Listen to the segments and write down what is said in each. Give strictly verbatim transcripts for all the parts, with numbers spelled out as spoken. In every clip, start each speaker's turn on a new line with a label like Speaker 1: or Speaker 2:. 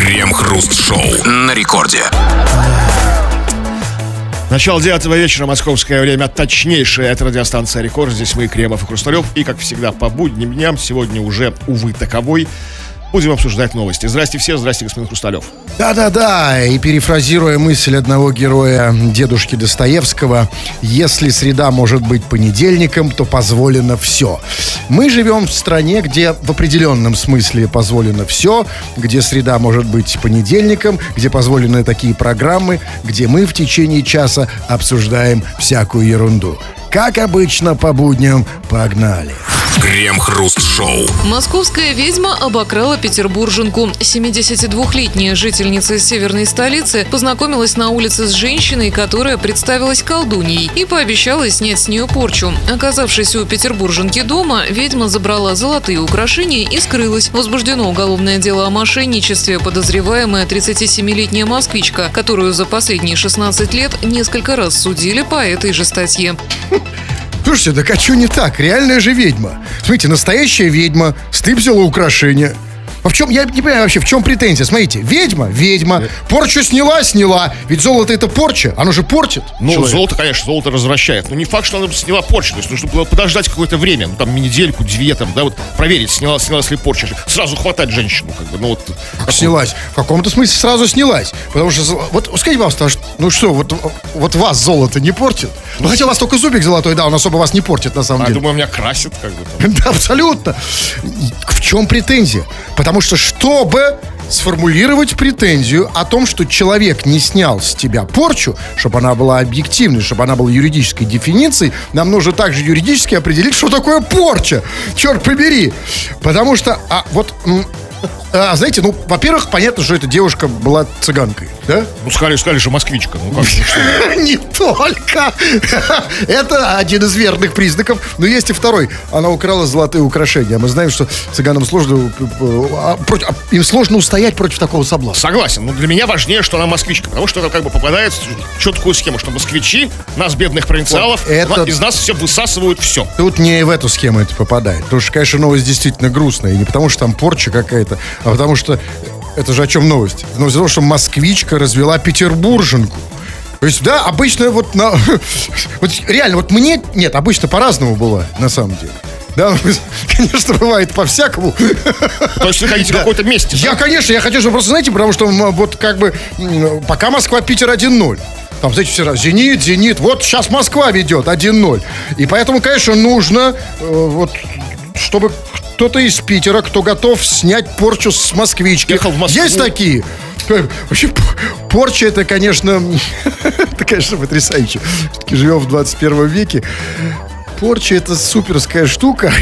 Speaker 1: Крем-хруст-шоу на рекорде.
Speaker 2: Начало девятого вечера, московское время, точнейшая это радиостанция «Рекорд». Здесь мы, Кремов и Хрусталев. И, как всегда, по будним дням, сегодня уже, увы, таковой, будем обсуждать новости. Здрасте все, здрасте, господин Хрусталев.
Speaker 3: Да-да-да, и перефразируя мысль одного героя дедушки Достоевского, если среда может быть понедельником, то позволено все. Мы живем в стране, где в определенном смысле позволено все, где среда может быть понедельником, где позволены такие программы, где мы в течение часа обсуждаем всякую ерунду. Как обычно, по будням, погнали.
Speaker 1: Крем-хруст-шоу.
Speaker 4: Московская ведьма обокрала петербурженку. семидесятидвухлетняя жительница северной столицы познакомилась на улице с женщиной, которая представилась колдуньей и пообещала снять с нее порчу. Оказавшись у петербурженки дома, ведьма забрала золотые украшения и скрылась. Возбуждено уголовное дело о мошенничестве. Подозреваемая тридцатисемилетняя москвичка, которую за последние шестнадцать лет несколько раз судили по этой же статье.
Speaker 3: Слушайте, так а что не так? Реальная же ведьма. Смотрите, настоящая ведьма стрипсила украшения. А в чем, я не понимаю вообще, в чем претензия? Смотрите, ведьма, ведьма, порчу сняла, сняла. Ведь золото это порча, оно же портит.
Speaker 2: Ну,
Speaker 3: человека.
Speaker 2: золото, конечно, золото развращает. Но не факт, что она сняла порчу. То есть нужно было подождать какое-то время, ну там недельку, две, там, да, вот проверить, сняла, снялась ли порча. Сразу хватать женщину, как бы, ну вот.
Speaker 3: Как снялась. В каком-то смысле сразу снялась. Потому что, вот, скажите, пожалуйста, ну что, вот, вот вас золото не портит? Ну, хотя у вас только зубик золотой, да, он особо вас не портит, на самом
Speaker 2: А,
Speaker 3: деле.
Speaker 2: думаю, меня красит, как бы. Там.
Speaker 3: Да, абсолютно. В чем претензия? Потому что, чтобы сформулировать претензию о том, что человек не снял с тебя порчу, чтобы она была объективной, чтобы она была юридической дефиницией, нам нужно также юридически определить, что такое порча. Черт побери. Потому что, а вот... А, знаете, ну, во-первых, понятно, что эта девушка была цыганкой, да?
Speaker 2: Ну, сказали, сказали, что москвичка. Ну, как что?
Speaker 3: Не только. Это один из верных признаков. Но есть и второй. Она украла золотые украшения. Мы знаем, что цыганам сложно, им сложно устоять против такого соблазна.
Speaker 2: Согласен. Но для меня важнее, что она москвичка. Потому что это как бы попадает в четкую схему, что москвичи, нас, бедных провинциалов,
Speaker 3: вот это...
Speaker 2: из нас все высасывают все.
Speaker 3: Тут не в эту схему это попадает. Потому что, конечно, новость действительно грустная. И не потому, что там порча какая-то, а потому что это же о чем новость? Новость о том, что москвичка развела петербурженку. То есть, да, обычно вот, на, вот реально, вот мне, нет, обычно по-разному бывает, на самом деле. Да, конечно, бывает по-всякому.
Speaker 2: То есть вы хотите в каком-то месте?
Speaker 3: Я, конечно, я хочу, чтобы просто, знаете, потому что вот как бы пока Москва-Питер один ноль. Там, знаете, все раз, «Зенит, Зенит». Вот сейчас Москва ведет один ноль. И поэтому, конечно, нужно э, вот, чтобы кто-то из Питера, кто готов снять порчу с москвички.
Speaker 2: Ехал в Москву.
Speaker 3: Есть такие? Вообще, порча это, конечно, это, конечно, потрясающе. Все-таки живем в двадцать первом веке. Порча это суперская штука.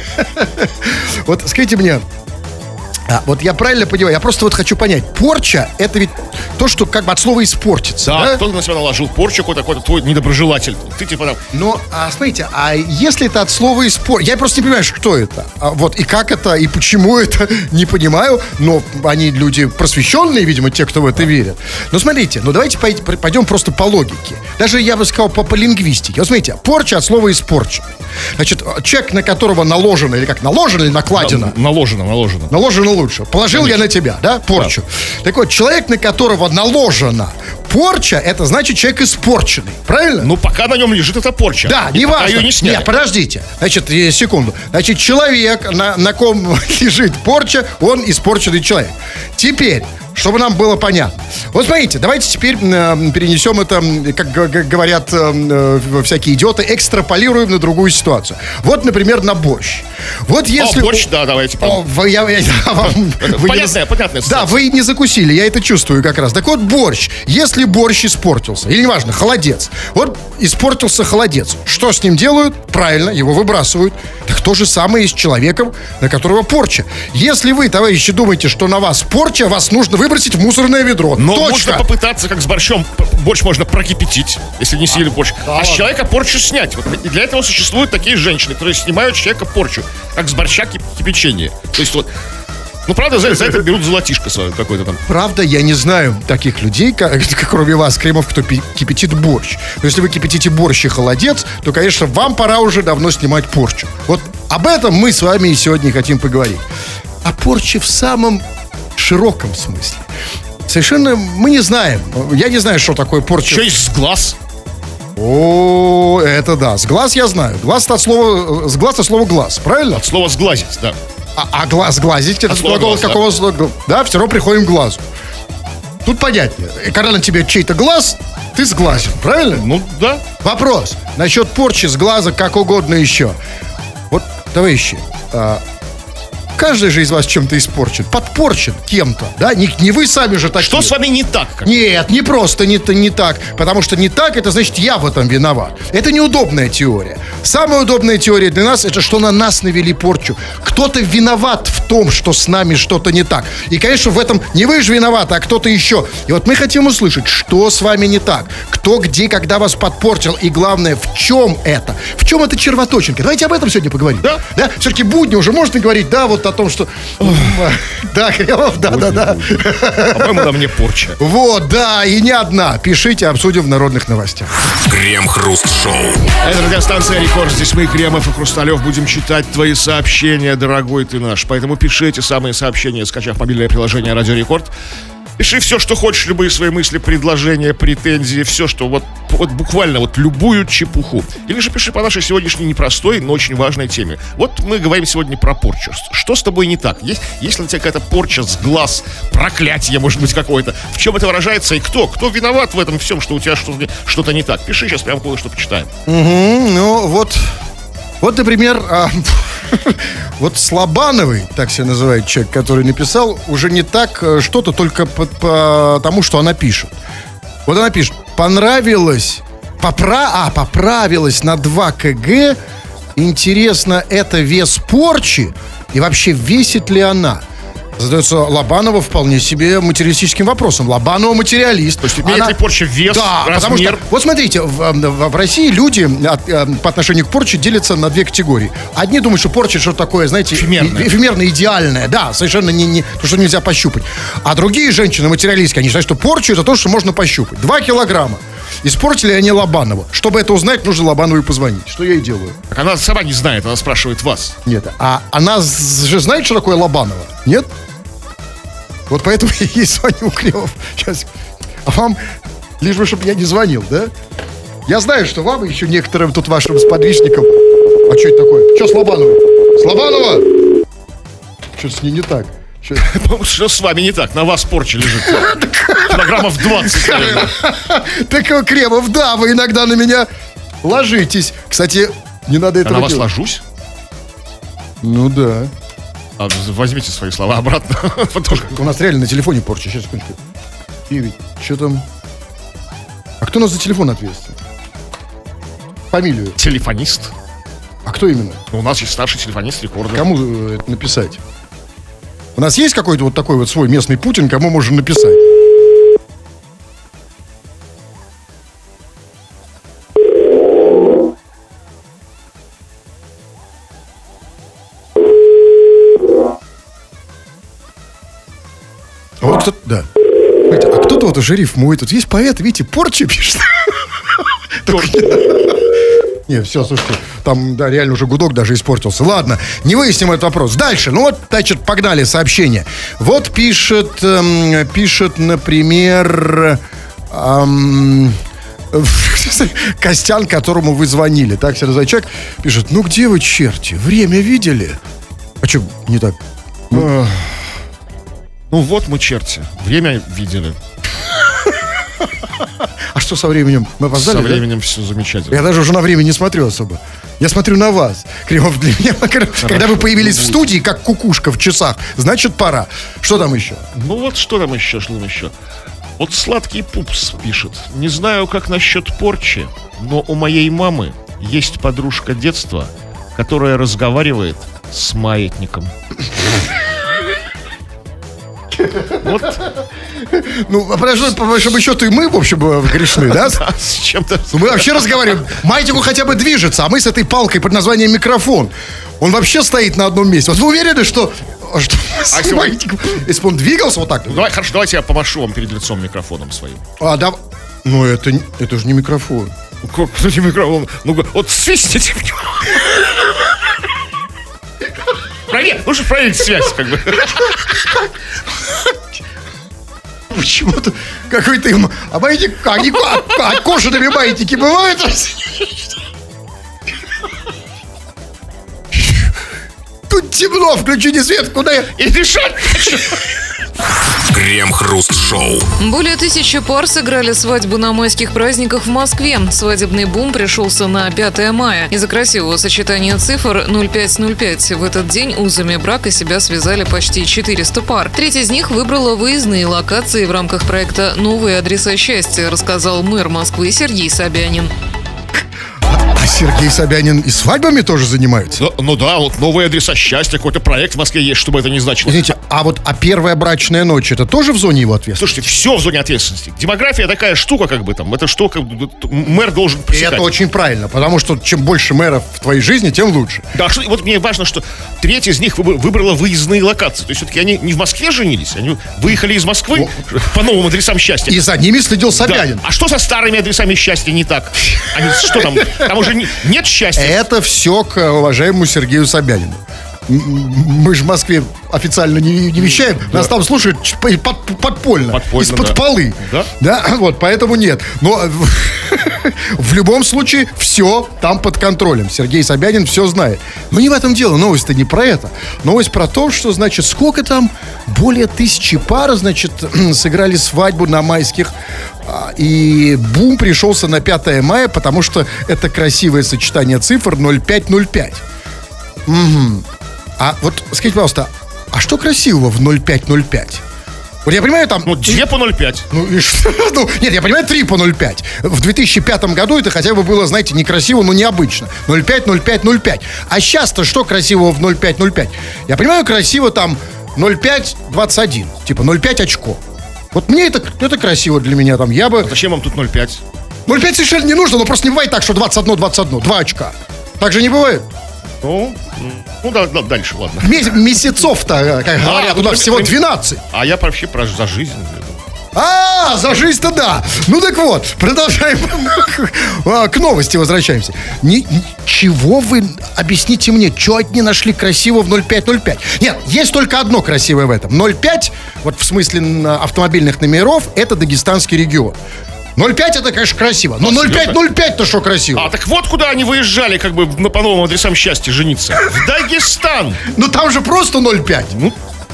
Speaker 3: Вот скажите мне, а, вот я правильно понимаю, я просто вот хочу понять, порча это ведь то, что как бы от слова испортится.
Speaker 2: Да,
Speaker 3: да?
Speaker 2: кто-то на себя наложил порчу, какой-то, какой-то твой недоброжелатель. Ты типа там...
Speaker 3: Но, а, смотрите, а если это от слова испортится, я просто не понимаю, кто это. А, вот, и как это, и почему это, не понимаю. Но они люди просвещенные, видимо, те, кто в это верят. Но смотрите, ну давайте пойдем просто по логике. Даже, я бы сказал, по, по лингвистике. Вот смотрите, порча от слова испорчен. Значит, человек, на которого наложено, или как наложено, или накладено.
Speaker 2: На, наложено, наложено.
Speaker 3: Наложено лучше. Положил Конечно. Я на тебя, да, порчу. Да. Так вот, человек, на которого наложена порча, это значит человек испорченный, правильно?
Speaker 2: Ну, пока на нем лежит эта порча.
Speaker 3: Да, не важно.
Speaker 2: Ее не сняли.
Speaker 3: Нет, подождите. Значит, секунду. Значит, человек, на, на ком лежит порча, он испорченный человек. Теперь, чтобы нам было понятно. Вот смотрите, давайте теперь э, перенесем это, как г- говорят э, э, всякие идиоты, экстраполируем на другую ситуацию. Вот, например, на борщ. Вот если...
Speaker 2: О, борщ, да, давайте.
Speaker 3: О, вы, я, я, я, вам, вы
Speaker 2: понятная,
Speaker 3: не,
Speaker 2: понятная ситуация.
Speaker 3: Да, вы не закусили, я это чувствую как раз. Так вот, борщ. Если борщ испортился, или неважно, холодец. Вот испортился холодец. Что с ним делают? Правильно, его выбрасывают. Так то же самое и с человеком, на которого порча. Если вы, товарищи, думаете, что на вас порча, вас нужно выбросить в мусорное ведро.
Speaker 2: Но
Speaker 3: Точка.
Speaker 2: можно попытаться, как с борщом, борщ можно прокипятить, если не съели борщ. Да, а ладно. С человека порчу снять. Вот, и для этого существуют такие женщины, которые снимают с человека порчу, как с борща кипячение. То есть вот... Ну, правда, за, за это берут золотишко свое какое-то там.
Speaker 3: Правда, я не знаю таких людей, как, кроме вас, Кремов, кто пи- кипятит борщ. Но если вы кипятите борщ и холодец, то, конечно, вам пора уже давно снимать порчу. Вот об этом мы с вами и сегодня хотим поговорить. О порче в самом широком смысле. Совершенно мы не знаем. Я не знаю, что такое порча.
Speaker 2: Что есть с глаз?
Speaker 3: О, это да. С глаз я знаю. Глаз от слова, с глаз от слова глаз, правильно?
Speaker 2: От слова сглазить, да.
Speaker 3: А, а глаз, глазить, это
Speaker 2: слова
Speaker 3: глагол
Speaker 2: глаз, да.
Speaker 3: какого слова? Да, все равно приходим к глазу. Тут понятнее. Когда на тебе чей-то глаз, ты сглазен, правильно?
Speaker 2: Ну, да.
Speaker 3: Вопрос. Насчет порчи с глаза, как угодно еще. Вот, товарищи, а, каждый же из вас чем-то испорчен. Подпорчен кем-то, да? Не, не вы сами же такие.
Speaker 2: Что с вами не так? Как?
Speaker 3: Нет, не просто не, не так. Потому что не так, это значит, я в этом виноват. Это неудобная теория. Самая удобная теория для нас, это что на нас навели порчу. Кто-то виноват в том, что с нами что-то не так. И, конечно, в этом не вы же виноваты, а кто-то еще. И вот мы хотим услышать, что с вами не так. Кто, где, когда вас подпортил. И главное, в чем это? В чем это червоточинка? Давайте об этом сегодня поговорим.
Speaker 2: Да?
Speaker 3: Да? Все-таки будни уже можно говорить, да, вот о том, что... Да, Кремов, да, да, да.
Speaker 2: По-моему, на мне порча.
Speaker 3: Вот, да, и не одна. Пишите, обсудим в народных новостях.
Speaker 1: Крем-хруст-шоу.
Speaker 2: Это радиостанция «Рекорд». Здесь мы, Кремов и Хрусталев, будем читать твои сообщения, дорогой ты наш. Поэтому пишите самые сообщения, скачав мобильное приложение «Радио Рекорд». Пиши все, что хочешь, любые свои мысли, предложения, претензии, все, что вот, вот буквально вот любую чепуху. Или же пиши по нашей сегодняшней непростой, но очень важной теме. Вот мы говорим сегодня про порчу. Что с тобой не так? Есть, есть ли у тебя какая-то порча с глаз, проклятие, может быть, какое-то? В чем это выражается и кто? Кто виноват в этом всем, что у тебя что-то, что-то не так? Пиши, сейчас прям кое-что почитаем.
Speaker 3: Угу, ну вот, вот, например, а, вот Слобановый, так себя называет человек, который написал, уже не так что-то, только по, по тому, что она пишет. Вот она пишет: понравилось, попра, а, поправилась на два килограмма. Интересно, это вес порчи? И вообще, весит ли она? Задается Лобанова вполне себе материалистическим вопросом. Лобанова материалист.
Speaker 2: То есть имеет
Speaker 3: Она...
Speaker 2: ли порча вес,
Speaker 3: да,
Speaker 2: размер?
Speaker 3: потому что, вот смотрите, в, в, в России люди от, по отношению к порче делятся на две категории. Одни думают, что порча что-то такое, знаете,
Speaker 2: эфемерное,
Speaker 3: эфемерное, идеальное. Да, совершенно не, не то, что нельзя пощупать. А другие женщины, материалистки, они считают, что порча — это то, что можно пощупать. Два килограмма. Испортили они Лобанова. Чтобы это узнать, нужно Лобановой позвонить. Что я и делаю.
Speaker 2: Так она сама не знает, она спрашивает вас.
Speaker 3: Нет, а она же знает, что такое Лобанова? Нет? Вот поэтому я ей звоню, Кремов. Сейчас. А вам, лишь бы, чтобы я не звонил, да? Я знаю, что вам и еще некоторым тут вашим сподвижникам... А что это такое? Что с Лобановой? Слобанова! Что с ней не так? Что...
Speaker 2: Что с вами не так? На вас порча лежит. Килограммов двадцать, наверное.
Speaker 3: Так, Кремов, да, вы иногда на меня ложитесь. Кстати, не надо этого
Speaker 2: делать. Я на вас
Speaker 3: делать.
Speaker 2: ложусь?
Speaker 3: Ну да.
Speaker 2: А, возьмите свои слова обратно.
Speaker 3: У нас реально на телефоне порча. Сейчас, секундочку. И ведь, что там? А кто у нас за телефон ответственный? Фамилию.
Speaker 2: Телефонист.
Speaker 3: А кто именно?
Speaker 2: У нас есть старший телефонист Рекорда.
Speaker 3: Кому это написать? У нас есть какой-то вот такой вот свой местный Путин, кому можно написать? Вот кто-то, да. Смотрите, а кто-то вот уже рифмует. Тут есть поэт, видите, порча пишет. Не, все, слушайте, там, да, реально уже гудок даже испортился. Ладно, не выясним этот вопрос. Дальше, ну вот, значит, погнали сообщение. Вот пишет, эм, пишет, например, эм, Костян, которому вы звонили. Так себя называет человек, пишет: ну где вы, черти, время видели? А что не так?
Speaker 2: Ну, ну вот мы, черти, время видели.
Speaker 3: А что со временем? Мы опоздали,
Speaker 2: Со
Speaker 3: да?
Speaker 2: временем все замечательно.
Speaker 3: Я даже уже на время не смотрю особо. Я смотрю на вас, Кремов, для меня. Когда вы появились в студии, как кукушка в часах, значит, пора. Что там еще?
Speaker 2: Ну вот что там еще, что там еще? Вот сладкий пупс пишет: не знаю, как насчет порчи, но у моей мамы есть подружка детства, которая разговаривает с маятником. Вот.
Speaker 3: Ну, по большому счету и мы, в общем, грешны, да?
Speaker 2: С чем-то.
Speaker 3: Мы вообще разговариваем. Маятнику хотя бы движется, а мы с этой палкой под названием микрофон. Он вообще стоит на одном месте. Вот вы уверены, что... что
Speaker 2: а если,
Speaker 3: маятником, если бы он двигался вот так...
Speaker 2: Ну, давай, хорошо, давайте я помашу вам перед лицом микрофоном своим.
Speaker 3: А, да... Ну, это, это же не микрофон.
Speaker 2: Как это не микрофон? Ну, вот свистните в него. Проверь, нужно проверить связь, как бы.
Speaker 3: Почему-то какой-то им... А маятник... Они а кожаными маятники бывают? Тут темно, включите свет, куда я...
Speaker 2: И дышать хочу.
Speaker 1: Крем-хруст-шоу.
Speaker 4: Более тысячи пар сыграли свадьбу на майских праздниках в Москве. Свадебный бум пришелся на пятое мая. Из-за красивого сочетания цифр ноль пять ноль пять в этот день узами брака себя связали почти четыреста пар. Треть из них выбрала выездные локации в рамках проекта «Новые адреса счастья», рассказал мэр Москвы Сергей Собянин.
Speaker 3: А Сергей Собянин и свадьбами тоже занимается?
Speaker 2: Ну, ну да, вот новые адреса счастья, какой-то проект в Москве есть, чтобы это не значило.
Speaker 3: Извините, а вот а первая брачная ночь, это тоже в зоне его ответственности?
Speaker 2: Слушайте, все в зоне ответственности. Демография такая штука, как бы там. Это штука, мэр должен
Speaker 3: И
Speaker 2: пресекать.
Speaker 3: это очень правильно, потому что чем больше мэров в твоей жизни, тем лучше.
Speaker 2: Да, что, вот мне важно, что треть из них выбор- выбрала выездные локации. То есть все-таки они не в Москве женились, они выехали из Москвы по новым адресам счастья.
Speaker 3: И за ними следил
Speaker 2: Да.
Speaker 3: Собянин.
Speaker 2: А что со старыми адресами счастья не так? Они, что там? Там уже не- нет счастья.
Speaker 3: Это все к уважаемому Сергею Собянину. М- Мы же в Москве официально не, не вещаем. Нас там слушают ч- по- под- подпольно,
Speaker 2: Подпольно,
Speaker 3: из-под
Speaker 2: да.
Speaker 3: полы.
Speaker 2: Да?
Speaker 3: Да, вот, поэтому нет. Но в любом случае все там под контролем. Сергей Собянин все знает. Но не в этом дело. Новость-то не про это. Новость про то, что, значит, сколько там? Более тысячи пар, значит, сыграли свадьбу на майских. А, И бум пришелся на пятое мая, потому что это красивое сочетание цифр ноль пять ноль пять. Мгм. А вот скажите, пожалуйста, а что красивого в ноль пять ноль пять? Вот я понимаю, там...
Speaker 2: Ну, две по ноль пять.
Speaker 3: Ну, и что? Ну, нет, я понимаю, три по ноль пять. В две тысячи пятом году это хотя бы было, знаете, некрасиво, но необычно. ноль пять ноль пять ноль пять. А сейчас-то что красивого в ноль пять ноль пять? Я понимаю, красиво там ноль пять двадцать один. Типа ноль пять очко. Вот мне это, это красиво для меня. Там я бы...
Speaker 2: Зачем вам тут ноль пять?
Speaker 3: ноль пять совершенно не нужно, но просто не бывает так, что двадцать один двадцать один. Два очка. Так же не бывает.
Speaker 2: Ну, ну да, да, дальше, ладно.
Speaker 3: Меся- Месяцев-то, как говорят, у
Speaker 2: ну,
Speaker 3: нас всего
Speaker 2: про-
Speaker 3: двенадцать.
Speaker 2: А я вообще про за жизнь.
Speaker 3: А, за жизнь-то да. Ну так вот, продолжаем. А, К новости возвращаемся. Ни- Чего вы, объясните мне, что они нашли красиво в ноль пять ноль пять? Нет, есть только одно красивое в этом. ноль пять, вот в смысле на автомобильных номеров, это дагестанский регион. ноль пять это, конечно, красиво. Но ноль пять ноль пять-то что красиво?
Speaker 2: А так вот куда они выезжали, как бы на- по новым адресам счастья жениться. В Дагестан.
Speaker 3: Ну там же просто ноль пять.
Speaker 2: Ну.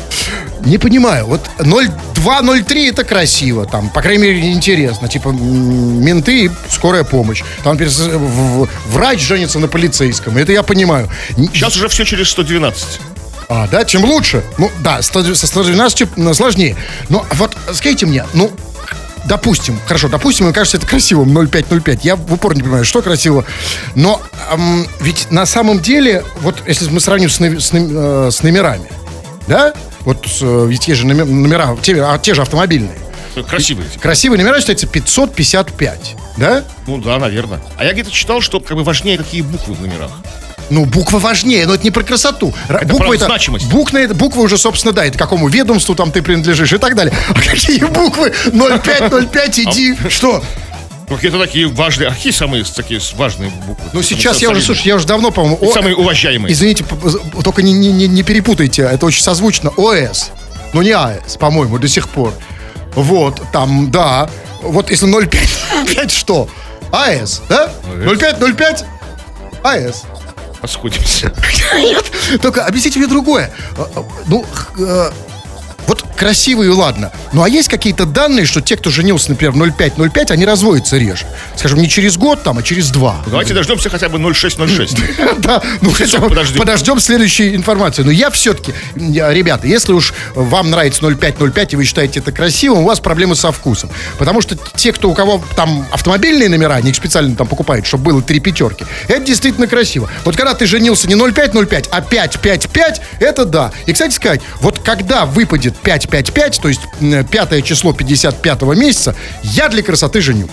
Speaker 3: Не понимаю, вот ноль два ноль три это красиво, там, по крайней мере, интересно. Типа м, менты и скорая помощь. Там перс- в- в- врач женится на полицейском, это я понимаю. Н-
Speaker 2: Сейчас уже все через сто двенадцать.
Speaker 3: А, да, чем лучше. Ну, да, сто- со сто двенадцать сложнее. Но вот скажите мне, ну, допустим, хорошо, допустим, мне кажется, это красивым ноль пять ноль пять. Я в упор не понимаю, что красиво. Но эм, ведь на самом деле, вот если мы сравним с, номи- с номи- э, с номерами, да? Вот э, ведь те же номер- номера, те, а, те же автомобильные.
Speaker 2: Красивые.
Speaker 3: Красивые номера считаются пятьсот пятьдесят пять, да?
Speaker 2: Ну да, наверное. А я где-то читал, что как бы важнее, какие буквы в номерах.
Speaker 3: Ну, буква важнее, но это не про красоту. Р-
Speaker 2: Это про значимость.
Speaker 3: Буквы, это, буквы уже, собственно, да, это какому ведомству там ты принадлежишь и так далее. А какие буквы? ноль пять ноль пять, иди. Что?
Speaker 2: Ну, какие-то такие важные. А какие самые такие важные буквы?
Speaker 3: Ну, сейчас
Speaker 2: Самые
Speaker 3: я уже,
Speaker 2: солидные.
Speaker 3: слушай, я уже давно, по-моему... О-
Speaker 2: Самые уважаемые.
Speaker 3: Извините, п- п- только не, не- не- не перепутайте, это очень созвучно. ОС. Ну, не АЭС, по-моему, до сих пор. Вот, там, да. Вот если ноль пять пять что? АЭС, да? ноль пять ноль пять АЭС.
Speaker 2: Расходимся.
Speaker 3: Нет, только объясните мне другое. А, а, Ну, х- э, вот красивые, ладно. Ну, а есть какие-то данные, что те, кто женился, например, в ноль пять ноль пять, они разводятся реже? Скажем, не через год, там, а через два.
Speaker 2: Давайте дождемся хотя бы ноль шесть ноль шесть.
Speaker 3: Да, ну хотя бы
Speaker 2: подождем.
Speaker 3: подождем следующей информации. Но я все-таки, ребята, если уж вам нравится ноль пять ноль пять и вы считаете это красивым, у вас проблемы со вкусом. Потому что те, кто у кого там автомобильные номера, они их специально там покупают, чтобы было три пятерки, это действительно красиво. Вот когда ты женился не ноль пять ноль пять, а пять пять пять, это да. И, кстати сказать, вот когда выпадет пять пять пять, то есть м, пятое число пятьдесят пятого месяца, я для красоты женюсь.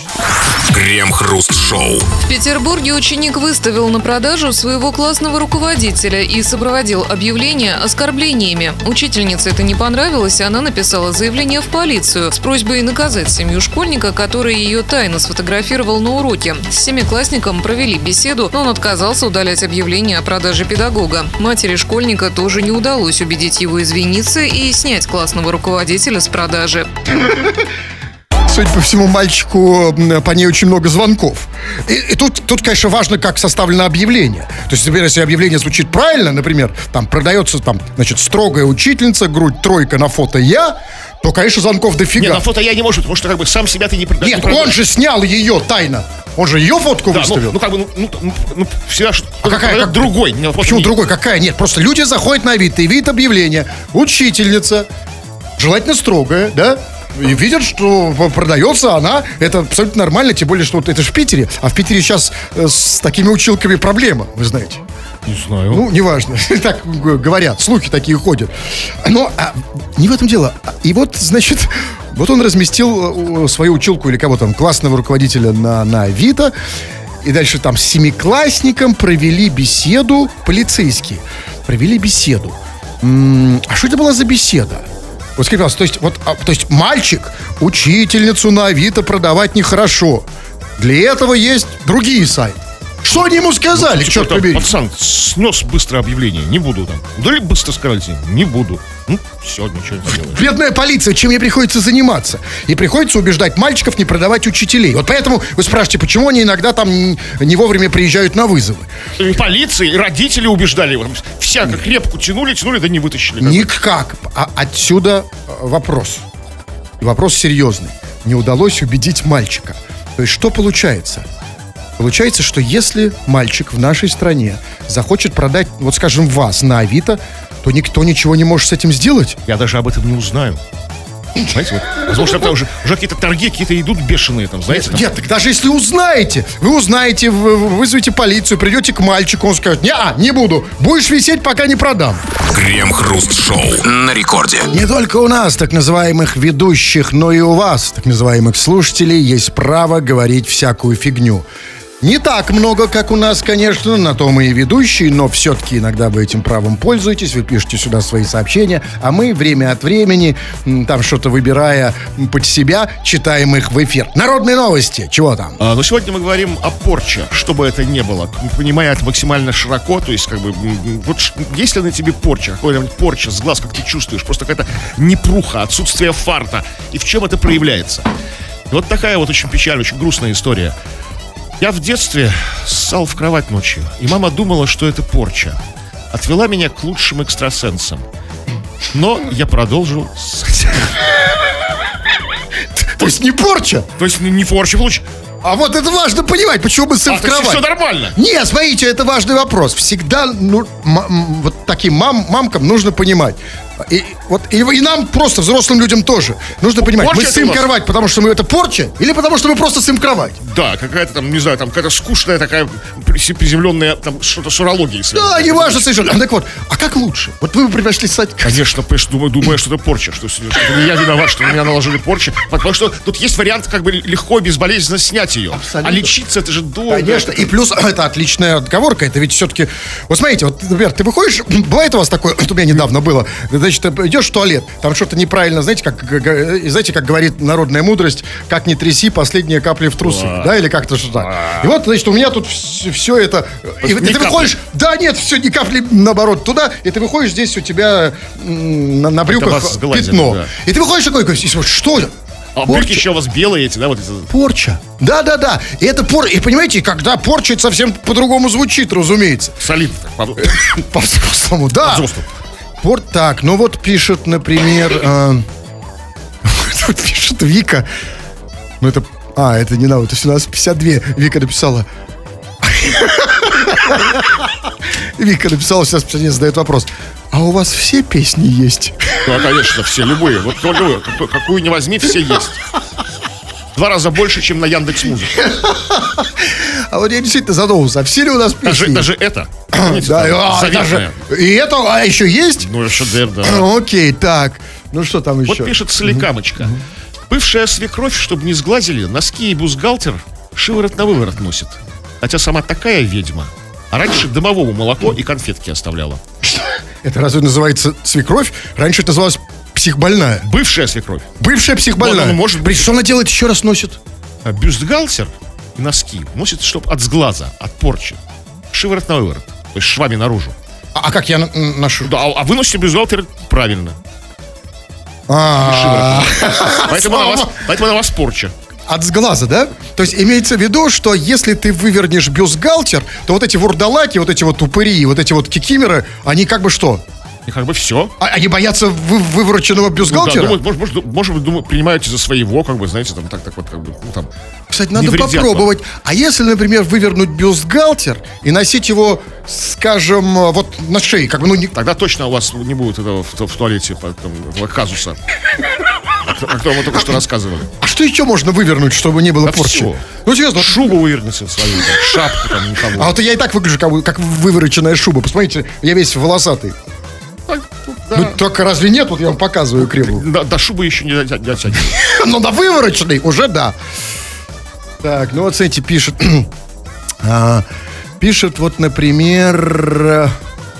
Speaker 1: Крем-хруст-шоу.
Speaker 4: В Петербурге ученик выставил на продажу своего классного руководителя и сопроводил объявление оскорблениями. Учительнице это не понравилось, и она написала заявление в полицию с просьбой наказать семью школьника, который ее тайно сфотографировал на уроке. С семиклассником провели беседу, но он отказался удалять объявление о продаже педагога. Матери школьника тоже не удалось убедить его извиниться и снять классного руководителя с продажи.
Speaker 3: Судя по всему, мальчику м, по ней очень много звонков. И, и тут, тут, конечно, важно, как составлено объявление. То есть, например, если объявление звучит правильно, например, там продается, там, значит, строгая учительница, грудь тройка, на фото я, то, конечно, звонков дофига.
Speaker 2: Не, на фото я не может, потому что как бы сам себя ты не продаешь.
Speaker 3: Нет, он же снял ее тайно. Он же ее фотку
Speaker 2: Да, ну,
Speaker 3: выставил.
Speaker 2: ну, как бы, ну, ну, ну, ну, всегда ж-
Speaker 3: А какая,
Speaker 2: как
Speaker 3: как-
Speaker 2: другой. Не,
Speaker 3: Почему
Speaker 2: не-
Speaker 3: другой? Какая? Нет, просто люди заходят на Авито и видят объявление. Учительница, желательно строгая, да? И видят, что продается она. Это абсолютно нормально, тем более, что вот это же в Питере. А в Питере сейчас э, с такими училками проблема, вы знаете.
Speaker 2: Не знаю.
Speaker 3: Ну, неважно. Так г- говорят, слухи такие ходят. Но а, не в этом дело. И вот, значит, вот он разместил э, свою училку или кого там, классного руководителя на, на Авито. И дальше там с семиклассником провели беседу полицейские. Провели беседу. М, А что это была за беседа? Вот скажите, пожалуйста, то есть, вот, а, то есть мальчик учительницу на Авито продавать нехорошо. Для этого есть другие сайты. Что они ему сказали,
Speaker 2: Типа,
Speaker 3: черт
Speaker 2: там,
Speaker 3: побери?
Speaker 2: пацан, снес быстро объявление. Не буду там. Удали быстро сказали, не буду. Ну, все, ничего не делаешь.
Speaker 3: Бедная полиция, чем ей приходится заниматься? И приходится убеждать мальчиков не продавать учителей. Вот поэтому вы спрашиваете, почему они иногда там н- не вовремя приезжают на вызовы.
Speaker 2: И полиция, и родители убеждали его. Вся как репку тянули, тянули, да не вытащили.
Speaker 3: Никак. А отсюда э, вопрос. И вопрос серьезный. Не удалось убедить мальчика. То есть что получается? Получается, что если мальчик в нашей стране захочет продать, вот скажем, вас на Авито, то никто ничего не может с этим сделать.
Speaker 2: Я даже об этом не узнаю. Знаете, вот, возможно, там уже, уже какие-то торги какие-то идут бешеные, там, знаете. Там.
Speaker 3: Нет, так даже если узнаете, вы узнаете, вы- вы вызовете полицию, придете к мальчику, он скажет: не, не буду, будешь висеть, пока не продам.
Speaker 1: Крем-хруст-шоу на рекорде.
Speaker 3: Не только у нас, так называемых ведущих, но и у вас, так называемых слушателей, есть право говорить всякую фигню. Не так много, как у нас, конечно, на то мы и ведущие, но все-таки иногда вы этим правом пользуетесь, вы пишете сюда свои сообщения, а мы время от времени, м, там что-то выбирая м, под себя, читаем их в эфир. Народные новости, чего там?
Speaker 2: А, но сегодня мы говорим о порче, что бы это ни было, понимая это максимально широко, то есть как бы, м, вот ш- если на тебе порча, какая-нибудь порча с глаз, как ты чувствуешь, просто какая-то непруха, отсутствие фарта, и в чем это проявляется? И вот такая вот очень печальная, очень грустная история. Я в детстве ссал в кровать ночью, и мама думала, что это порча. Отвела меня к лучшим экстрасенсам. Но я продолжил ссать.
Speaker 3: То есть не порча,
Speaker 2: То есть не порча, получ...
Speaker 3: а вот это важно понимать, почему мы сын
Speaker 2: А,
Speaker 3: в
Speaker 2: то есть
Speaker 3: кровать.
Speaker 2: все нормально.
Speaker 3: Не, смотрите, это важный вопрос. Всегда ну, м- м- вот таким мам, мамкам нужно понимать. И, вот, и, и нам просто, взрослым людям тоже, нужно понимать,
Speaker 2: порча
Speaker 3: мы
Speaker 2: это
Speaker 3: сым
Speaker 2: у вас?
Speaker 3: кровать, потому что мы это порча, или потому что мы просто сым кровать.
Speaker 2: Да, какая-то там, не знаю, там какая-то скучная такая при- приземленная там что-то с урологией.
Speaker 3: Да, не важно совершенно. Так вот, а как лучше? Вот вы бы предпочли стать...
Speaker 2: Конечно, конечно, думаю, думаю, что это порча, что, что не я виноват, что на меня наложили порчу. Потому что тут есть вариант как бы легко и безболезненно снять ее.
Speaker 3: Абсолютно.
Speaker 2: А лечиться это же долго.
Speaker 3: Конечно, и плюс это отличная отговорка. Это ведь все-таки... Вот смотрите, вот, например, ты выходишь... Бывает у вас такое... Вот у меня недавно было. Значит, ты идешь в туалет, там что-то неправильно, знаете, как, г- г- знаете, как говорит народная мудрость, как не тряси, последняя капля в трусы. Да, или как-то что так. И вот, значит, у меня тут все это... И, и
Speaker 2: ни
Speaker 3: ты
Speaker 2: капли.
Speaker 3: выходишь... Да, нет, все, ни капли, наоборот, туда. И ты выходишь, здесь у тебя м, на, на брюках
Speaker 2: вас сглазили,
Speaker 3: пятно.
Speaker 2: да.
Speaker 3: И ты выходишь такой, и смотришь, что это?
Speaker 2: А брюки еще у вас белые эти, да, вот эти.
Speaker 3: Порча. Да-да-да. И это пор... И понимаете, когда порча, это совсем по-другому звучит, разумеется.
Speaker 2: Солидно. так, по-
Speaker 3: По-взрослому, да.
Speaker 2: По-взрослому.
Speaker 3: Порт так, ну вот пишет, например... э, Тут пишет Вика. Ну это... А, это не надо, это у нас пятьдесят два. Вика написала. Вика написала, сейчас пятьдесят задает вопрос. А у вас все песни есть?
Speaker 2: Ну, конечно, все, любые. Вот любые, какую- какую не возьми, все есть. Два раза больше, чем на Яндекс.Музыке.
Speaker 3: А вот я действительно задумался, а все ли у нас песни?
Speaker 2: Даже,
Speaker 3: есть?
Speaker 2: даже это. Помните,
Speaker 3: Да,
Speaker 2: там,
Speaker 3: а,
Speaker 2: заветная.
Speaker 3: даже... И это, а еще есть?
Speaker 2: Ну, шедевр, да.
Speaker 3: Окей, так. Ну что там еще?
Speaker 2: Вот пишет Соликамочка. Бывшая свекровь, чтобы не сглазили, носки и бюстгальтер шиворот на выворот носит. Хотя сама такая ведьма. А раньше домовому молоко и конфетки оставляла.
Speaker 3: Это разве называется свекровь? Раньше это называлось психбольная.
Speaker 2: Бывшая свекровь.
Speaker 3: Бывшая психбольная.
Speaker 2: Ну, ну, может быть.
Speaker 3: Что она делает, еще раз носит?
Speaker 2: А бюстгальтер и носки носит, чтоб от сглаза, от порчи. Шиворот на выворот. То есть швами наружу.
Speaker 3: А, а как я н- ношу?
Speaker 2: Да, а- а вы носите бюстгальтер правильно.
Speaker 3: А,
Speaker 2: Поэтому она у вас- поэтому она у вас порча.
Speaker 3: От сглаза, да? То есть имеется в виду, что если ты вывернешь бюстгальтер, то вот эти вурдалаки, вот эти вот упыри, вот эти вот кикимеры, они как бы что?
Speaker 2: И как бы все.
Speaker 3: А- Они боятся вы- вывороченного бюстгальтера?
Speaker 2: думают, может, может, может, вы думаете, принимаете за своего, как бы, знаете, там, так, так вот, как бы, ну, там.
Speaker 3: Кстати,
Speaker 2: не
Speaker 3: надо
Speaker 2: вредят
Speaker 3: попробовать. А если, например, вывернуть бюстгальтер и носить его, скажем, вот на шее, как бы, ну, не...
Speaker 2: Тогда точно у вас не будет этого в, в туалете, потом, этого казуса, о котором мы только что рассказывали.
Speaker 3: А что еще можно вывернуть, чтобы не было
Speaker 2: Да
Speaker 3: порчи?
Speaker 2: всё.
Speaker 3: Ну, серьезно.
Speaker 2: Шубу выверните свою, там, шапку там никому.
Speaker 3: А вот я и так выгляжу, как, как вывороченная шуба. Посмотрите, я весь волосатый.
Speaker 2: Да.
Speaker 3: Ну, только разве нет? Вот я вам показываю кривую.
Speaker 2: До, до шубы еще не дотя- дотянет.
Speaker 3: Но на вывороченный уже да. Так, ну вот, смотрите, пишет. а, пишет вот, например...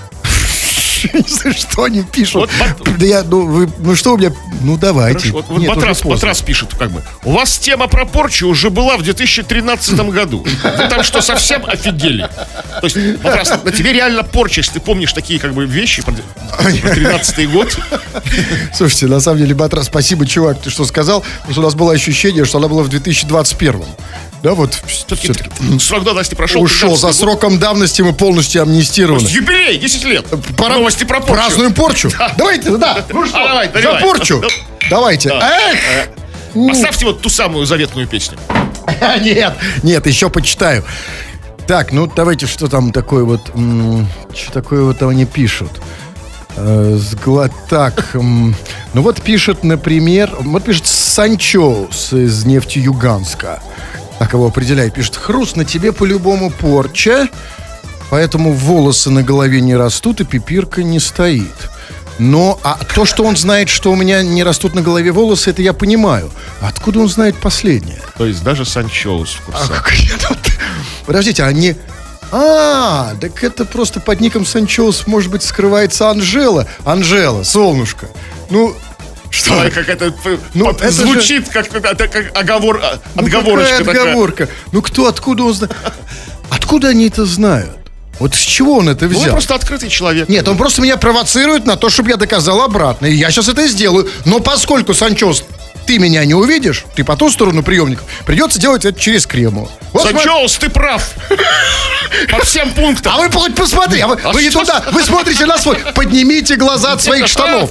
Speaker 3: Не знаю, что они пишут.
Speaker 2: Вот
Speaker 3: Да я, ну, вы, ну что у меня... Ну, давайте.
Speaker 2: Хорошо, вот, вот
Speaker 3: Нет, уже
Speaker 2: Батрас,
Speaker 3: поздно.
Speaker 2: Батрас пишет, как бы. У вас тема про порчу уже была в две тысячи тринадцатом году. Вы там что, совсем офигели? То есть, Батрас, на тебе реально порча, если ты помнишь такие, как бы, вещи про тринадцатый год.
Speaker 3: Слушайте, на самом деле, Батрас, спасибо, чувак, ты что сказал. Потому что у нас было ощущение, что она была в две тысячи двадцать первом. Да, вот,
Speaker 2: Все-таки
Speaker 3: все-таки.
Speaker 2: срок давности прошел.
Speaker 3: Ушел. За
Speaker 2: тринадцатый год.
Speaker 3: сроком давности мы полностью амнистированы.
Speaker 2: Юбилей, десять лет.
Speaker 3: Пора-
Speaker 2: Новости про порчу.
Speaker 3: Празднуем порчу. Давайте, да. Ну что,
Speaker 2: А, давай,
Speaker 3: за
Speaker 2: наливай.
Speaker 3: порчу.
Speaker 2: Да.
Speaker 3: Давайте. Эх!
Speaker 2: Поставьте вот ту самую заветную песню.
Speaker 3: Нет, нет, еще почитаю. Так, ну давайте, что там такое вот... м, Что такое вот они пишут? Э, сгла- Так, м, ну вот пишет, например... Вот пишет Санчоус из Нефтеюганска. Так его определяет. Пишет: Хруст, на тебе по-любому порча, поэтому волосы на голове не растут и пипирка не стоит. Но а то, что он знает, что у меня не растут на голове волосы, это я понимаю. А откуда он знает последнее?
Speaker 2: То есть даже Санчоус в
Speaker 3: А
Speaker 2: курсе.
Speaker 3: как я тут... Подождите, они... А, так это просто под ником Санчоус, может быть, скрывается Анжела. Анжела, солнышко. Ну, что?
Speaker 2: Ой, как это,
Speaker 3: Ну,
Speaker 2: под-
Speaker 3: это же-
Speaker 2: звучит, как, это как оговор, а,
Speaker 3: Ну,
Speaker 2: отговорочка
Speaker 3: какая
Speaker 2: такая.
Speaker 3: отговорка? Ну, кто, откуда он знает? Откуда они это знают? Вот с чего он это
Speaker 2: Ну, вы
Speaker 3: взял?
Speaker 2: просто открытый человек.
Speaker 3: Нет, он просто меня провоцирует на то, чтобы я доказал обратно. И я сейчас это сделаю. Но поскольку, Санчоус, ты меня не увидишь, ты по ту сторону приемников, придется делать это через Кремль. Вот смотри.
Speaker 2: Санчоус, ты прав. По всем пунктам.
Speaker 3: А вы хоть посмотри, а вы,
Speaker 2: А
Speaker 3: вы не
Speaker 2: что
Speaker 3: туда, вы смотрите на свой. Поднимите глаза от своих штанов.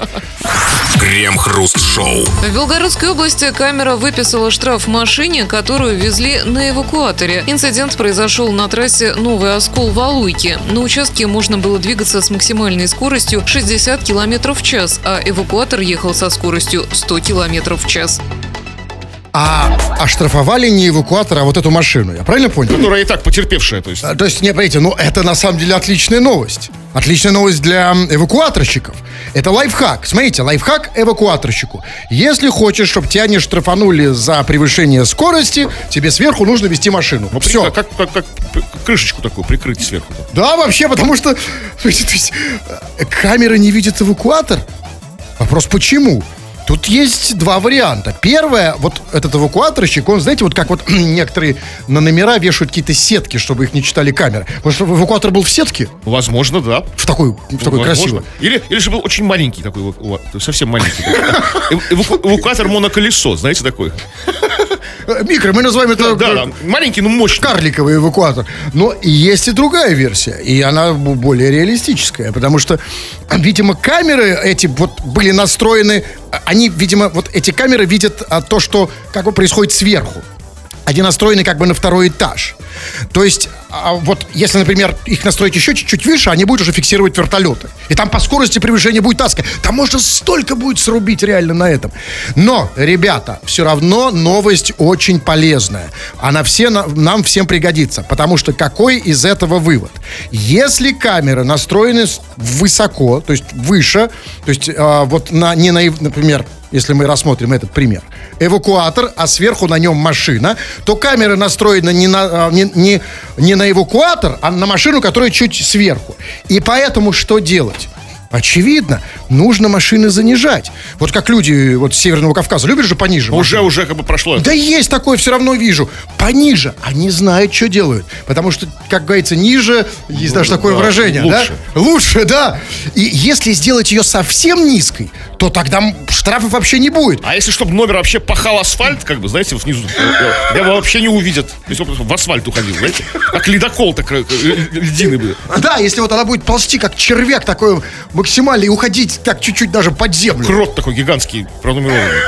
Speaker 1: Крем-хруст-шоу.
Speaker 4: В Белгородской области камера выписала штраф машине, которую везли на эвакуаторе. Инцидент произошел на трассе Новый Оскол-Валуйки. На участке можно было двигаться с максимальной скоростью шестьдесят километров в час, а эвакуатор ехал со скоростью сто километров в час.
Speaker 3: А оштрафовали не эвакуатор, а вот эту машину. Я правильно понял?
Speaker 2: Которая и так потерпевшая, то есть.
Speaker 3: А, То есть, не, понимаете, ну это на самом деле отличная новость. Отличная новость для м, эвакуаторщиков. Это лайфхак. Смотрите, лайфхак эвакуаторщику. Если хочешь, чтобы тебя не штрафанули за превышение скорости, тебе сверху нужно вести машину.
Speaker 2: Ну,
Speaker 3: Все.
Speaker 2: Как, как, как крышечку такую прикрыть сверху.
Speaker 3: Да, вообще, потому что слушайте, то есть, э, камера не видит эвакуатор. Вопрос, почему? Тут есть два варианта. Первое, вот этот эвакуаторщик, он, знаете, вот как вот некоторые на номера вешают какие-то сетки, чтобы их не читали камеры. Потому что эвакуатор был в сетке,
Speaker 2: Возможно, да.
Speaker 3: в такой, в такой
Speaker 2: Возможно.
Speaker 3: красивой.
Speaker 2: Или, или же был очень маленький такой, эваку- эваку- совсем маленький. такой. Эваку- Эвакуатор моноколесо, знаете, такой.
Speaker 3: Э, Микро, мы называем это
Speaker 2: Да,
Speaker 3: э,
Speaker 2: да, маленький, но мощный.
Speaker 3: карликовый эвакуатор. Но есть и другая версия, и она б- более реалистическая, потому что, видимо, камеры эти вот были настроены, а- они, видимо, вот эти камеры видят а, то, что как бы происходит сверху. Они настроены как бы на второй этаж. То есть, а, вот если, например, их настроить еще чуть-чуть выше, они будут уже фиксировать вертолеты. И там по скорости превышения будет таска. Там можно столько будет срубить реально на этом. Но, ребята, все равно новость очень полезная. Она все, на- нам всем пригодится. Потому что какой из этого вывод? Если камеры настроены с- высоко, то есть выше, то есть а, вот на, не на, например, если мы рассмотрим этот пример, эвакуатор, а сверху на нем машина, то камера настроена не на, а, не, не, не на эвакуатор, а на машину, которая чуть сверху. И поэтому что делать? очевидно, нужно машины занижать. Вот как люди вот с Северного Кавказа любят же пониже.
Speaker 2: Уже, уже как бы прошло.
Speaker 3: Да есть такое, все равно вижу. Пониже. Они знают, что делают. Потому что, как говорится, ниже, есть даже такое
Speaker 2: да,
Speaker 3: выражение.
Speaker 2: лучше.
Speaker 3: Да? Лучше, да. И если сделать ее совсем низкой, то тогда штрафов вообще не будет.
Speaker 2: А если чтобы номер вообще пахал асфальт, как бы, знаете, внизу, его вообще не увидят. Если он в асфальт уходил, знаете, как ледокол, так льдины бы.
Speaker 3: Да, если вот она будет ползти, как червяк такой максимально, и уходить так чуть-чуть даже под землю.
Speaker 2: Крот такой гигантский, пронумерованный.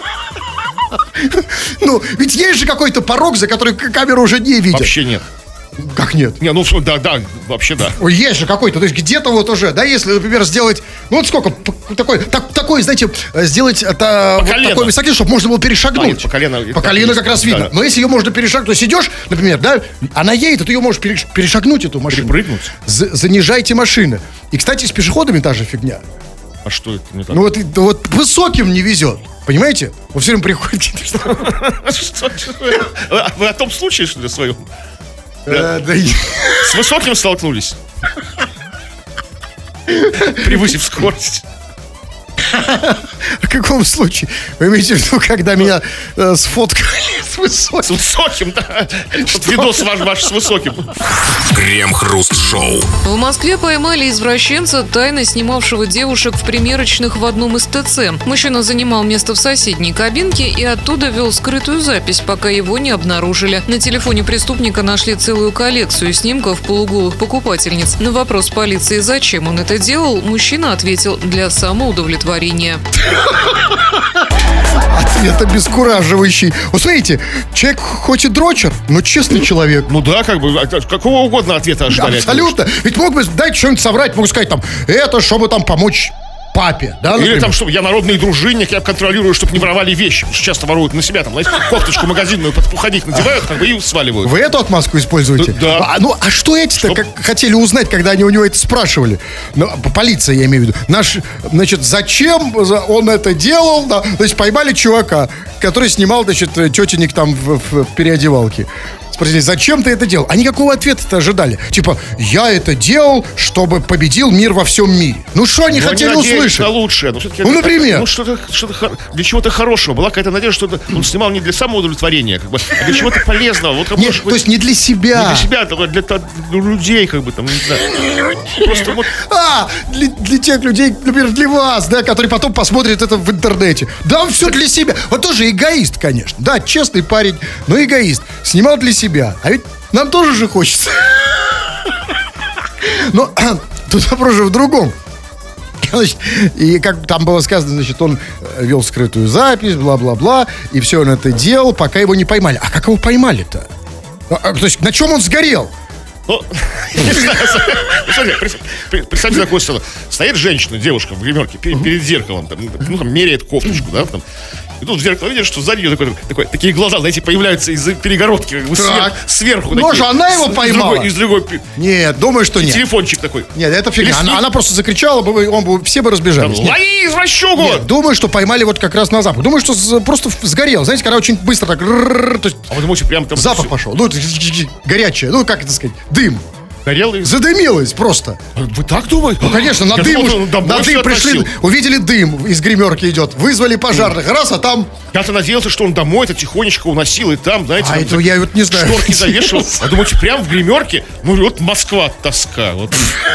Speaker 3: Ну, ведь есть же какой-то порог, за который камеру уже не видят.
Speaker 2: Вообще нет.
Speaker 3: Как нет?
Speaker 2: Не, ну, да, да, вообще да.
Speaker 3: Ой, есть же какой-то, то есть где-то вот уже, да, если, например, сделать, ну вот сколько, такой, так, такой, знаете, сделать это, вот такой высокий, чтобы можно было перешагнуть. А, нет,
Speaker 2: по колено.
Speaker 3: По колено как раз видно. Да. Но если ее можно перешагнуть, то есть идешь, например, да, она едет, а ты ее можешь перешагнуть, эту машину.
Speaker 2: Перепрыгнуть.
Speaker 3: За, занижайте машины. И, кстати, с пешеходами та же фигня.
Speaker 2: А что это не так?
Speaker 3: Ну вот, вот высоким не везет. Понимаете? Вот все время приходит.
Speaker 2: Вы о том случае, что ли, своем?
Speaker 3: Да. Да.
Speaker 2: С высоким столкнулись. Превысив скорость.
Speaker 3: В каком случае? Вы имеете в виду, когда меня э, сфоткали с высоким?
Speaker 2: С высоким, да. Вот видос ваш, ваш с высоким.
Speaker 1: Крем-хруст-шоу.
Speaker 4: В Москве поймали извращенца, тайно снимавшего девушек в примерочных в одном из ТЦ. Мужчина занимал место в соседней кабинке и оттуда вел скрытую запись, пока его не обнаружили. На телефоне преступника нашли целую коллекцию снимков полуголых покупательниц. На вопрос полиции, зачем он это делал, мужчина ответил: для самоудовлетворения.
Speaker 3: Ответ обескураживающий. Вот смотрите, человек хоть и дрочер, но честный человек.
Speaker 2: Ну да, как бы, какого угодно ответа ожидали.
Speaker 3: Абсолютно. Ведь мог бы дать что-нибудь соврать, мог сказать там, это чтобы там помочь папе, да, например?
Speaker 2: Или там, чтобы я народный дружинник, я контролирую, чтобы не воровали вещи. Потому что часто воруют на себя, там, знаете, кофточку магазинную под пуховик надевают, как бы и сваливают.
Speaker 3: Вы эту отмазку используете?
Speaker 2: Да.
Speaker 3: А, ну, а что эти-то как, хотели узнать, когда они у него это спрашивали? Ну, полиция, я имею в виду. Наш, значит, зачем он это делал? Да? То есть поймали чувака, который снимал, значит, тетенек там в, в, в переодевалке. Спросили, зачем ты это делал? А никакого ответа-то ожидали. Типа, я это делал, чтобы победил мир во всем мире. Ну, что они
Speaker 2: ну,
Speaker 3: хотели
Speaker 2: они
Speaker 3: услышать?
Speaker 2: На лучшее. Ну,
Speaker 3: ну например?
Speaker 2: Ну, что-то, что-то для чего-то хорошего. Была какая-то надежда, что он снимал не для самоудовлетворения, как бы, а для чего-то полезного. Вот,
Speaker 3: Нет, может, то есть не для себя.
Speaker 2: Не для себя, для, для, для людей, как бы, там, не знаю. Просто вот...
Speaker 3: А, для, для тех людей, например, для вас, да, которые потом посмотрят это в интернете. Да, он все для себя. Вот тоже эгоист, конечно. Да, честный парень, но эгоист. Снимал для себя. А ведь нам тоже же хочется. Но тут вопрос же в другом. Значит, и как там было сказано, значит, он вел скрытую запись, бла-бла-бла, и все он это делал, пока его не поймали. А как его поймали-то? А, то есть на чем он сгорел?
Speaker 2: Ну, не знаю. Представьте такую сцену. Стоит женщина, девушка в гримерке перед, перед зеркалом, там, ну, там, меряет кофточку, да, там. И тут в зеркало видишь, что сзади ее такой, такой, такие глаза, знаете, появляются из-за перегородки, как бы свер, сверху.
Speaker 3: Ну, же она его поймала?
Speaker 2: Из другой, из другой...
Speaker 3: Нет, думаю, что нет.
Speaker 2: Телефончик такой.
Speaker 3: Нет, это фигня. Она, она просто закричала, бы, он бы, все бы разбежались.
Speaker 2: Там, лови извращугу!
Speaker 3: Нет, думаю, что поймали вот как раз на запах. Думаю, что с, просто сгорел. Знаете, когда очень быстро так... То есть,
Speaker 2: а вы думаете, прям там...
Speaker 3: Запах все... пошел. Ну, горячее. Ну, как это сказать? Дым.
Speaker 2: Горелый?
Speaker 3: Задымилось просто.
Speaker 2: Вы так думаете?
Speaker 3: Ну, конечно, на
Speaker 2: Я
Speaker 3: дым,
Speaker 2: думал,
Speaker 3: уж, на дым пришли, увидели дым из гримерки идет, вызвали пожарных, mm. раз, а там...
Speaker 2: Я-то надеялся, что он домой это тихонечко уносил, и там, знаете...
Speaker 3: А
Speaker 2: там,
Speaker 3: это так, я вот не знаю.
Speaker 2: Шторки завешивал. А думаете, прям в гримерке? Ну, вот Москва, тоска. Вот.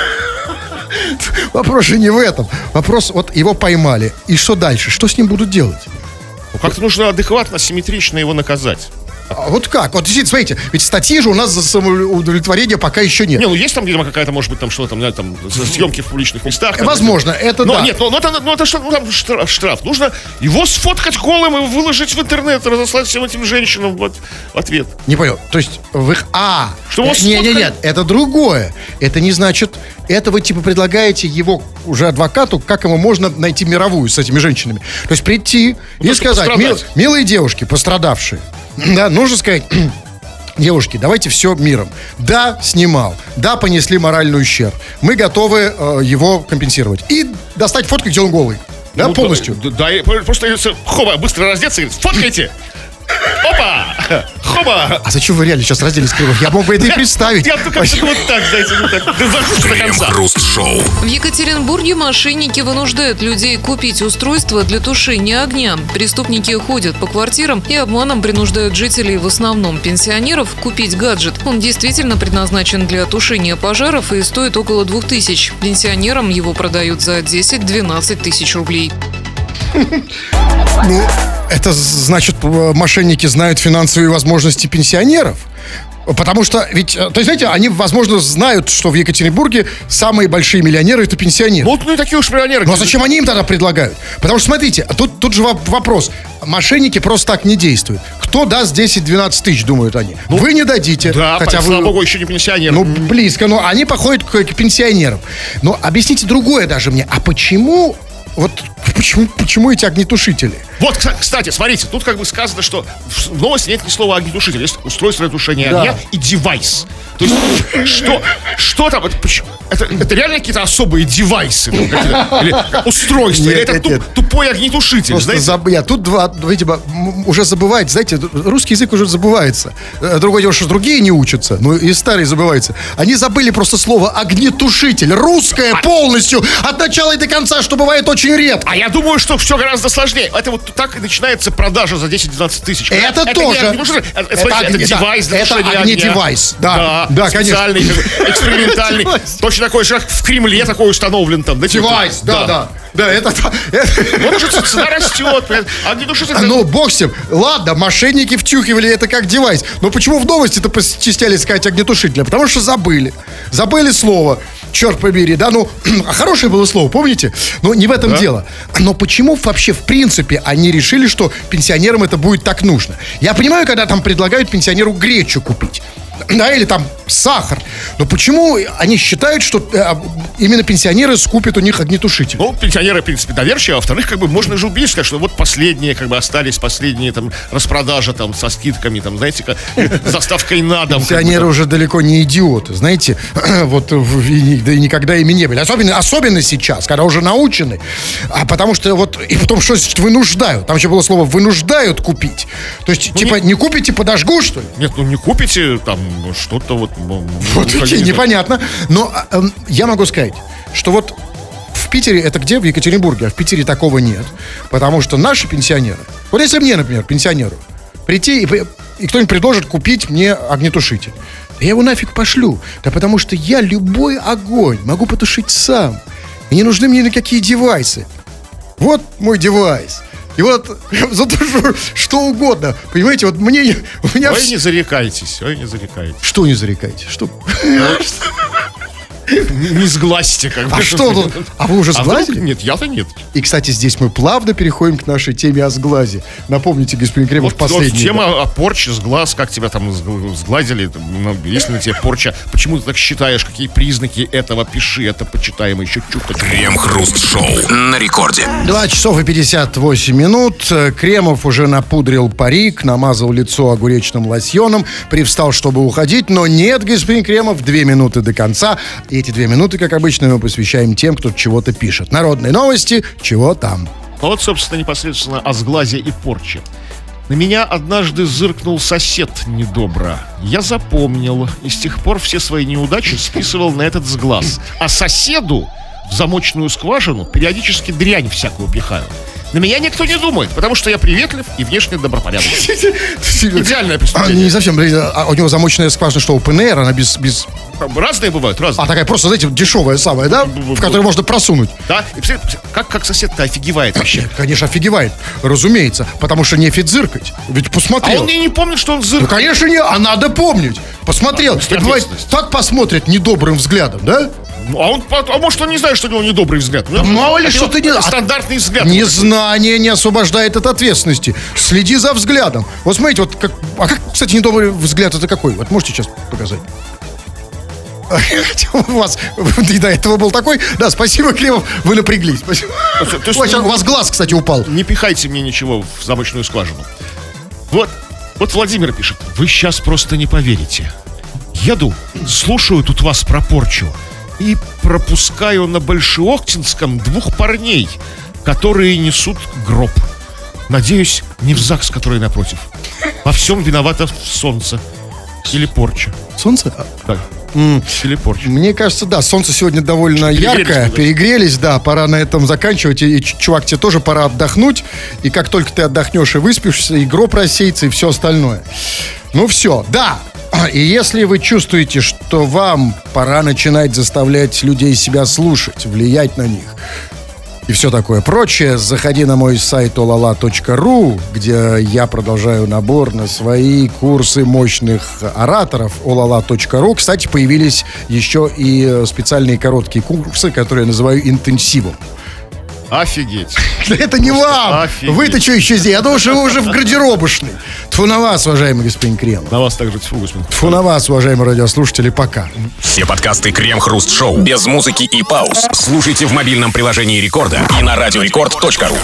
Speaker 3: Вопрос же не в этом. Вопрос, вот его поймали. И что дальше? Что с ним будут делать?
Speaker 2: Ну, как-то нужно адекватно, симметрично его наказать.
Speaker 3: А вот как? Вот, смотрите, ведь статьи же у нас за самоудовлетворение пока еще нет.
Speaker 2: Не, ну есть там, видимо, какая-то, может быть, там что-то, там, там съемки в публичных местах. Там,
Speaker 3: возможно, это, это
Speaker 2: но,
Speaker 3: да.
Speaker 2: Нет, ну, ну это, ну, это что, ну, там штраф, штраф. Нужно его сфоткать голым и выложить в интернет, разослать всем этим женщинам вот, в ответ.
Speaker 3: Не понял, то есть в их... А,
Speaker 2: что
Speaker 3: нет, нет, нет, нет, это другое. Это не значит... Это вы, типа, предлагаете его уже адвокату, как ему можно найти мировую с этими женщинами. То есть прийти ну, и сказать, мил, милые девушки, пострадавшие, да, нужно сказать, девушки, давайте все миром. Да, снимал, да, понесли моральный ущерб. Мы готовы э, его компенсировать. И достать фотку, где он голый. Да, ну, полностью.
Speaker 2: Да, да, просто хоба, быстро раздеться и говорит, фоткайте. Опа! Хоба!
Speaker 3: А зачем вы реально сейчас разделись Кремов? Я мог бы это и представить.
Speaker 2: Я только вот так, знаете, ну так, довожу до конца.
Speaker 1: Крем-хруст-шоу.
Speaker 4: В Екатеринбурге мошенники вынуждают людей купить устройство для тушения огня. Преступники ходят по квартирам и обманом принуждают жителей, в основном пенсионеров, купить гаджет. Он действительно предназначен для тушения пожаров и стоит около двух тысяч. Пенсионерам его продают за десять-двенадцать тысяч рублей.
Speaker 3: Ну, это значит, мошенники знают финансовые возможности пенсионеров. Потому что, ведь, то есть, знаете, они, возможно, знают, что в Екатеринбурге самые большие миллионеры — это пенсионеры.
Speaker 2: Вот, ну и такие уж миллионеры.
Speaker 3: Ну а зачем они им тогда предлагают? Потому что, смотрите, тут, тут же вопрос. Мошенники просто так не действуют. Кто даст десять-двенадцать тысяч, думают они? Ну, вы не дадите.
Speaker 2: Да,
Speaker 3: хотя вы,
Speaker 2: слава богу, еще не пенсионер.
Speaker 3: Ну, близко, но они походят к, к пенсионерам. Но объясните другое даже мне. А почему... Вот почему, почему эти огнетушители?
Speaker 2: Вот, кстати, смотрите, тут как бы сказано, что в новости нет ни слова огнетушитель. Есть устройство для тушения
Speaker 3: Да.
Speaker 2: огня и девайс. То есть, что, что там? Это, это, это реально какие-то особые девайсы? Там, или устройства?
Speaker 3: Нет,
Speaker 2: или это
Speaker 3: нет,
Speaker 2: туп,
Speaker 3: нет.
Speaker 2: тупой огнетушитель?
Speaker 3: Просто
Speaker 2: Знаете?
Speaker 3: заб... я, тут два, видите, уже забывается, знаете, русский язык уже забывается. Э, Другое дело, что другие не учатся, но и старые забываются. Они забыли просто слово огнетушитель. Русское полностью, от начала и до конца, что бывает очень редко.
Speaker 2: А я думаю, что все гораздо сложнее. Это вот так и начинается продажа за десять-двенадцать тысяч.
Speaker 3: Это
Speaker 2: не
Speaker 3: тоже.
Speaker 2: огнетушитель, Это, это, смотрите, это
Speaker 3: огне- да,
Speaker 2: девайс для
Speaker 3: это
Speaker 2: тушения
Speaker 3: огнедевайс,
Speaker 2: огня.
Speaker 3: да. Да, конечно.
Speaker 2: специальный, экспериментальный.
Speaker 3: Девайс.
Speaker 2: Точно такой же, как в Кремле такой установлен там. знаете,
Speaker 3: Девайс,
Speaker 2: вот,
Speaker 3: да, да. Да, это... это-
Speaker 2: Вот уже цена растет. Огнетушитель.
Speaker 3: Ну, бог с ним. Ладно, мошенники втюхивали это как девайс. Но почему в новости-то постеснялись сказать огнетушителя? Потому что забыли. Забыли слово. Черт побери, да, ну, хорошее было слово, помните? Но не в этом
Speaker 2: Да.
Speaker 3: дело. Но почему вообще, в принципе, они решили, что пенсионерам это будет так нужно? Я понимаю, когда там предлагают пенсионеру гречу купить. Да, или там сахар. Но почему они считают, что э, именно пенсионеры скупят у них огнетушитель?
Speaker 2: Ну, пенсионеры, в принципе, доверчивы, а во-вторых, как бы можно же убедить, сказать, что вот последние, как бы остались последние там распродажи там со скидками, там, знаете, как, с доставкой на дом.
Speaker 3: Пенсионеры
Speaker 2: как бы,
Speaker 3: уже далеко не идиоты, знаете, вот в- и, да и никогда ими не были. Особенно, особенно сейчас, когда уже научены. А потому что вот, и потом что значит вынуждают? Там еще было слово вынуждают купить. То есть, типа,
Speaker 2: не-
Speaker 3: не купите, подожгу, что ли?
Speaker 2: Нет, ну не купите там что-то вот. ну,
Speaker 3: Вот
Speaker 2: ну,
Speaker 3: окей,
Speaker 2: как-
Speaker 3: непонятно. Но а, эм, я могу сказать, что вот в Питере, это где? В Екатеринбурге, а в Питере такого нет. Потому что наши пенсионеры, вот если мне, например, пенсионеру, прийти и, при- и кто-нибудь предложит купить мне огнетушитель, да я его нафиг пошлю. Да потому что я любой огонь могу потушить сам. И не нужны мне никакие девайсы. Вот мой девайс. И вот я затушу что угодно. Понимаете, вот мне... У меня
Speaker 2: Ой,
Speaker 3: вс-
Speaker 2: не зарекайтесь, ой, не зарекайтесь.
Speaker 3: Что не зарекаете? Что?
Speaker 2: Не, не сглазьте, как бы.
Speaker 3: А что тут? А вы уже
Speaker 2: А вдруг-
Speaker 3: сглазили?
Speaker 2: Нет, я-то нет.
Speaker 3: И, кстати, здесь мы плавно переходим к нашей теме о сглазе. Напомните, господин Кремов,
Speaker 2: Вот, вот
Speaker 3: последний.
Speaker 2: тема о порче, сглаз, как тебя там сг- сглазили, там, ну, есть ли на тебе порча, почему ты так считаешь, какие признаки этого, пиши, это почитаем еще чуточку.
Speaker 1: Крем-хруст-шоу на рекорде.
Speaker 3: Два часов и пятьдесят восемь минут. Кремов уже напудрил парик, намазал лицо огуречным лосьоном, привстал, чтобы уходить, но нет, господин Кремов, две минуты до конца. И эти две минуты, как обычно, мы посвящаем тем, кто чего-то пишет. Народные новости, чего там.
Speaker 2: Ну вот, собственно, непосредственно о сглазе и порче. На меня однажды зыркнул сосед недобро. Я запомнил, и с тех пор все свои неудачи списывал на этот сглаз. А соседу в замочную скважину периодически дрянь всякую пихаю. На меня никто не думает, потому что я приветлив и внешне добропорядочный. Идеальное
Speaker 3: А,
Speaker 2: преступление.
Speaker 3: не совсем. А у него замочная скважина, что, open air, она без... без...
Speaker 2: Разные бывают, разные.
Speaker 3: А такая просто, знаете, дешевая самая, да? В которую можно просунуть.
Speaker 2: Да? И представляете, как, как сосед-то офигевает вообще.
Speaker 3: Конечно, офигевает. Разумеется. Потому что нефиг зыркать. Ведь
Speaker 2: А
Speaker 3: посмотрел.
Speaker 2: он и не помнит, что он
Speaker 3: Ну,
Speaker 2: зыркает.
Speaker 3: конечно, не, а надо помнить. Посмотрел.
Speaker 2: А,
Speaker 3: И бывает,
Speaker 2: ответственность.
Speaker 3: так посмотрит недобрым взглядом, да?
Speaker 2: Ну, А он, а может, он не знает, что у него недобрый взгляд. Ну,
Speaker 3: мало ли,
Speaker 2: это
Speaker 3: что
Speaker 2: его
Speaker 3: ты не-
Speaker 2: Стандартный взгляд.
Speaker 3: Незнание не освобождает от ответственности. Следи за взглядом. Вот смотрите, вот как... А как, кстати, недобрый взгляд это какой? Вот можете сейчас показать? У вас и до этого был такой. Да, спасибо, Кремов, вы напряглись. Спасибо.
Speaker 2: То есть,
Speaker 3: Ой, сейчас
Speaker 2: ну,
Speaker 3: у вас глаз, кстати, упал.
Speaker 2: Не пихайте мне ничего в замочную скважину. Вот, вот Владимир пишет. Вы сейчас просто не поверите. Еду, слушаю тут вас про порчу и пропускаю на Большеоктинском двух парней, которые несут гроб. Надеюсь, не в ЗАГС, который напротив. Во всем виновато солнце. Или порча.
Speaker 3: Солнце?
Speaker 2: Так. Или порча.
Speaker 3: Мне кажется, да, солнце сегодня довольно
Speaker 2: Перегрелись,
Speaker 3: яркое.
Speaker 2: да.
Speaker 3: Перегрелись, да, пора на этом заканчивать. И, ч- чувак, тебе тоже пора отдохнуть. И как только ты отдохнешь и выспишься, и гроб рассеется, и все остальное. Ну все, да. И если вы чувствуете, что вам пора начинать заставлять людей себя слушать, влиять на них и все такое прочее, заходи на мой сайт о ла ла точка ру, где я продолжаю набор на свои курсы мощных ораторов о ла ла точка ру. Кстати, появились еще и специальные короткие курсы, которые я называю интенсивом.
Speaker 2: Офигеть.
Speaker 3: Это не вам!
Speaker 2: офигеть.
Speaker 3: Вы-то что еще здесь? Я думал, что вы уже в гардеробушной. Тьфу на вас, уважаемый господин Крем.
Speaker 2: На вас также тьфу, господин.
Speaker 3: Тьфу на вас, уважаемые радиослушатели, пока.
Speaker 1: Все подкасты Крем-Хруст Шоу без музыки и пауз слушайте в мобильном приложении Рекорда и на радиорекорд точка ру.